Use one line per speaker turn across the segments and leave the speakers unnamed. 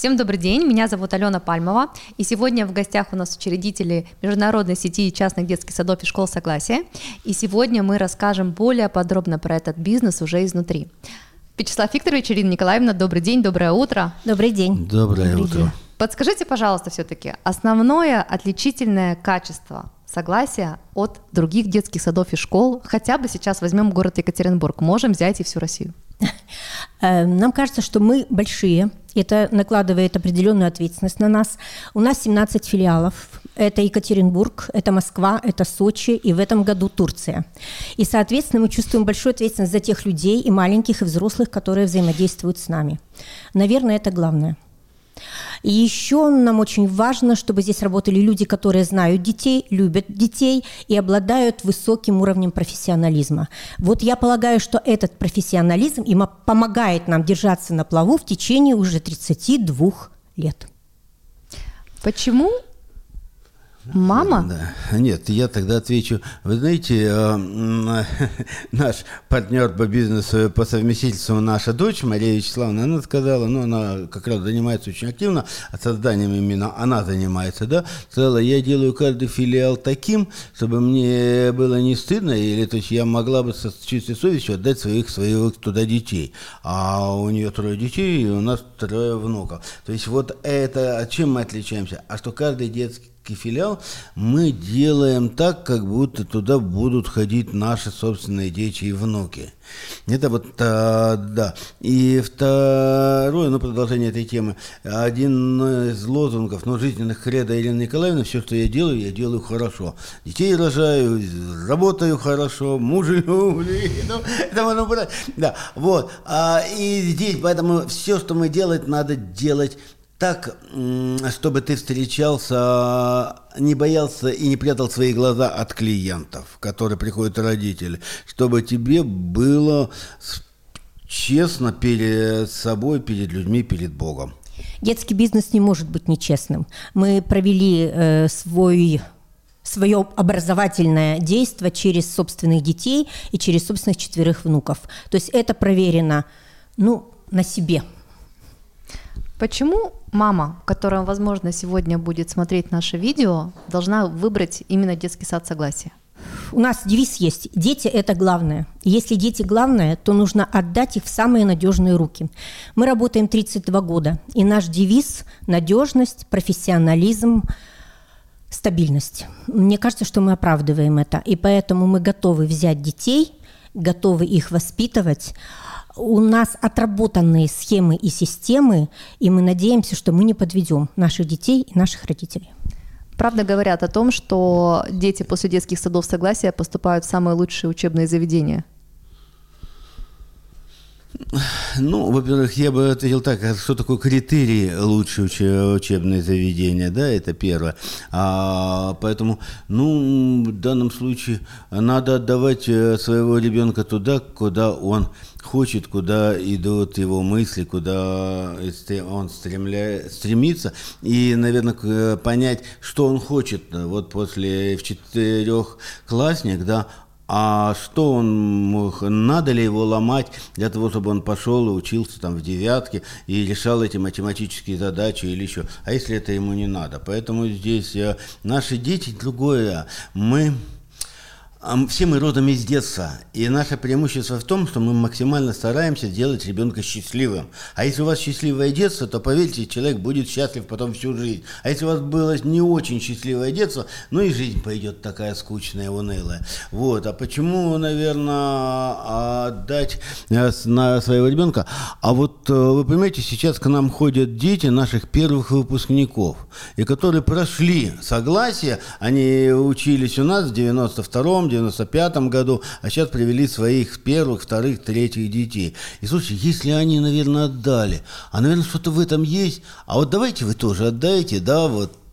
Всем добрый день, меня зовут Алена Пальмова, и сегодня в гостях у нас учредители международной сети частных детских садов и школ «Согласие», и сегодня мы расскажем более подробно про этот бизнес уже изнутри. Вячеслав Викторович, Ирина Николаевна, добрый день, доброе утро.
Добрый день.
Доброе утро.
Подскажите, пожалуйста, все-таки основное отличительное качество «Согласия» от других детских садов и школ, хотя бы сейчас возьмем город Екатеринбург, можем взять и всю Россию.
Нам кажется, что мы большие, это накладывает определенную ответственность на нас. У нас 17 филиалов, это Екатеринбург, это Москва, это Сочи и в этом году Турция. И, соответственно, мы чувствуем большую ответственность за тех людей, и маленьких, и взрослых, которые взаимодействуют с нами. Наверное, это главное. И еще нам очень важно, чтобы здесь работали люди, которые знают детей, любят детей и обладают высоким уровнем профессионализма. Вот я полагаю, что этот профессионализм им помогает нам держаться на плаву в течение уже 32 лет.
Почему мама?
Да. Нет, я тогда отвечу. Вы знаете, наш партнер по бизнесу, по совместительству, наша дочь Мария Вячеславовна, она сказала, она как раз занимается очень активно, созданием именно она занимается, да, сказала, я делаю каждый филиал таким, чтобы мне было не стыдно, или то есть я могла бы с чистой совестью отдать своих туда детей. А у нее 3 детей, и у нас 3 внуков. То есть вот это, чем мы отличаемся? А что каждый детский филиал мы делаем так, как будто туда будут ходить наши собственные дети и внуки. Это вот, да. И второе, продолжение этой темы. Один из лозунгов, жизненных кредо Елены Николаевны, все, что я делаю хорошо. Детей рожаю, работаю хорошо, мужа люблю. Да, вот. И здесь, поэтому все, что мы делаем, надо делать так, чтобы ты встречался, не боялся и не прятал свои глаза от клиентов, которые приходят родители, чтобы тебе было честно перед собой, перед людьми, перед Богом.
Детский бизнес не может быть нечестным. Мы провели свое образовательное действие через собственных детей и через собственных 4 внуков. То есть это проверено на себе.
Почему мама, которая, возможно, сегодня будет смотреть наше видео, должна выбрать именно детский сад «Согласие»?
У нас девиз есть «Дети – это главное». И если дети главное, то нужно отдать их в самые надежные руки. Мы работаем 32 года, и наш девиз – надежность, профессионализм, стабильность. Мне кажется, что мы оправдываем это, и поэтому мы готовы взять детей, готовы их воспитывать. У нас отработанные схемы и системы, и мы надеемся, что мы не подведем наших детей и наших родителей.
Правда говорят о том, что дети после детских садов «Согласия» поступают в самые лучшие учебные заведения?
Во-первых, я бы ответил так, что такое критерии лучшие учебные заведения, да, это первое. Поэтому, в данном случае надо отдавать своего ребенка туда, куда он хочет, куда идут его мысли, куда он стремится, и, наверное, понять, что он хочет, вот после в 4-классник, да, а что надо ли его ломать для того, чтобы он пошел и учился там в 9 и решал эти математические задачи или еще. А если это ему не надо? Поэтому здесь наши дети другое. Все мы родом из детства, и наше преимущество в том, что мы максимально стараемся сделать ребенка счастливым. А если у вас счастливое детство, то, поверьте, человек будет счастлив потом всю жизнь. А если у вас было не очень счастливое детство, и жизнь пойдет такая скучная, унылая. Вот. А почему, наверное, отдать на своего ребенка? А вот вы понимаете, сейчас к нам ходят дети наших первых выпускников, и которые прошли «Согласие», они учились у нас в 92-м, 95-м году, а сейчас привели своих 1-х, 2-х, 3-х детей. И слушайте, если они, наверное, отдали, наверное, что-то в этом есть, а вот давайте вы тоже отдайте, да, вот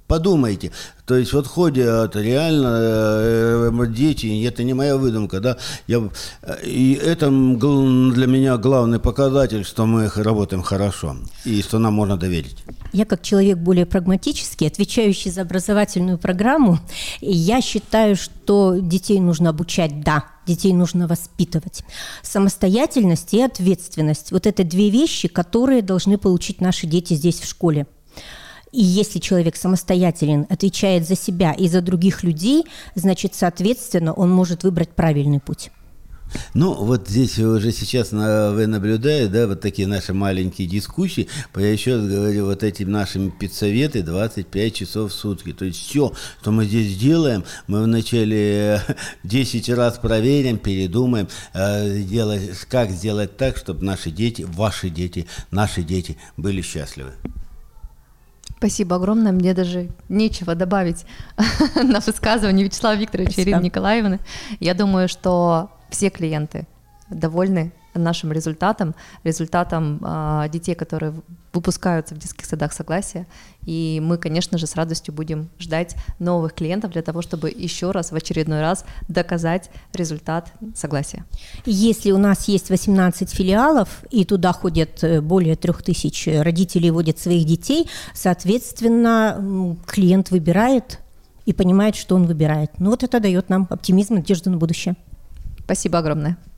Подумайте. То есть вот ходят реально дети, это не моя выдумка, да, и это для меня главный показатель, что мы работаем хорошо и что нам можно доверить.
Я как человек более прагматический, отвечающий за образовательную программу, я считаю, что детей нужно обучать, да, детей нужно воспитывать. Самостоятельность и ответственность – вот это две вещи, которые должны получить наши дети здесь в школе. И если человек самостоятелен, отвечает за себя и за других людей, значит, соответственно, он может выбрать правильный путь.
Ну, вот здесь уже сейчас вы наблюдаете, да, вот такие наши маленькие дискуссии. Я еще раз говорю, вот эти наши педсоветы 25 часов в сутки. То есть все, что мы здесь делаем, мы вначале 10 раз проверим, передумаем, как сделать так, чтобы наши дети, ваши дети, наши дети были счастливы.
Спасибо огромное. Мне даже нечего добавить на высказывание Вячеслава Викторовича и Ирины Николаевны. Я думаю, что все клиенты довольны нашим результатом детей, которые выпускаются в детских садах Согласия. И мы, конечно же, с радостью будем ждать новых клиентов для того, чтобы еще раз, в очередной раз доказать результат Согласия.
Если у нас есть 18 филиалов, и туда ходят более 3000 родителей, водят своих детей, соответственно, клиент выбирает и понимает, что он выбирает. Ну вот это дает нам оптимизм, надежду на будущее.
Спасибо огромное.